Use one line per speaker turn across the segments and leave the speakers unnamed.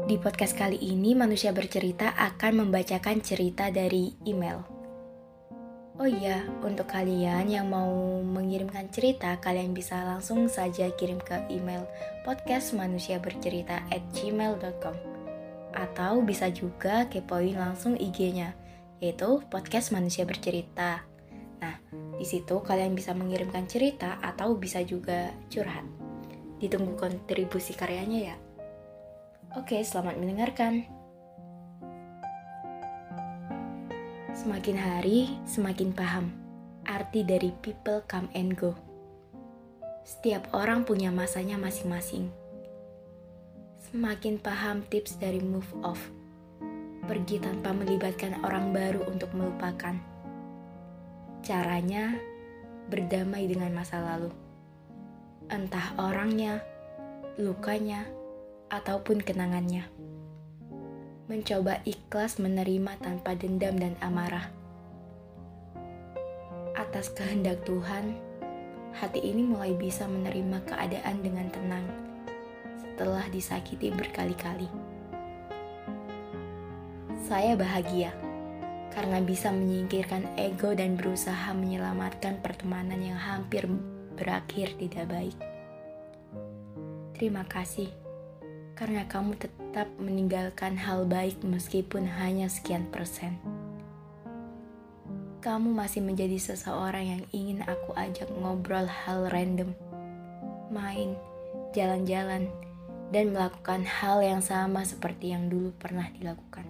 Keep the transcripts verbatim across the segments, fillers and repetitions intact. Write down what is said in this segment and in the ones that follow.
Di podcast kali ini, Manusia Bercerita akan membacakan cerita dari email. Oh iya, untuk kalian yang mau mengirimkan cerita, kalian bisa langsung saja kirim ke email podcast manusia bercerita at gmail dot com. Atau bisa juga kepoin langsung I G-nya, yaitu podcast manusia bercerita. Nah, di situ kalian bisa mengirimkan cerita atau bisa juga curhat. Ditunggu kontribusi karyanya ya. Oke, selamat mendengarkan. Semakin hari, semakin paham arti dari people come and go. Setiap orang punya masanya masing-masing. Semakin paham tips dari move off. Pergi tanpa melibatkan orang baru untuk melupakan. Caranya, berdamai dengan masa lalu. Entah orangnya, lukanya, ataupun kenangannya. Mencoba ikhlas menerima tanpa dendam dan amarah. Atas kehendak Tuhan, hati ini mulai bisa menerima keadaan dengan tenang setelah disakiti berkali-kali. Saya bahagia karena bisa menyingkirkan ego dan berusaha menyelamatkan pertemanan yang hampir berakhir tidak baik. Terima kasih karena kamu tetap meninggalkan hal baik meskipun hanya sekian persen. Kamu masih menjadi seseorang yang ingin aku ajak ngobrol hal random, main, jalan-jalan, dan melakukan hal yang sama seperti yang dulu pernah dilakukan.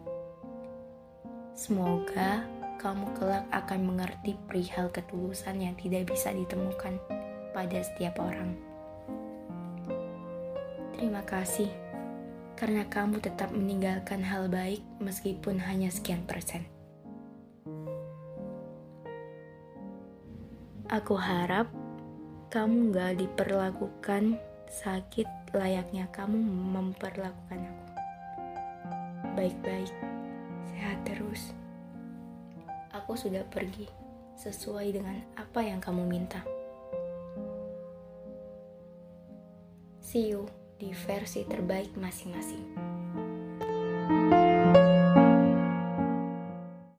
Semoga kamu kelak akan mengerti perihal ketulusan yang tidak bisa ditemukan pada setiap orang. Terima kasih karena kamu tetap meninggalkan hal baik meskipun hanya sekian persen. Aku harap kamu gak diperlakukan sakit layaknya kamu memperlakukan aku. Baik-baik, sehat terus. Aku sudah pergi sesuai dengan apa yang kamu minta. See you di versi terbaik masing-masing.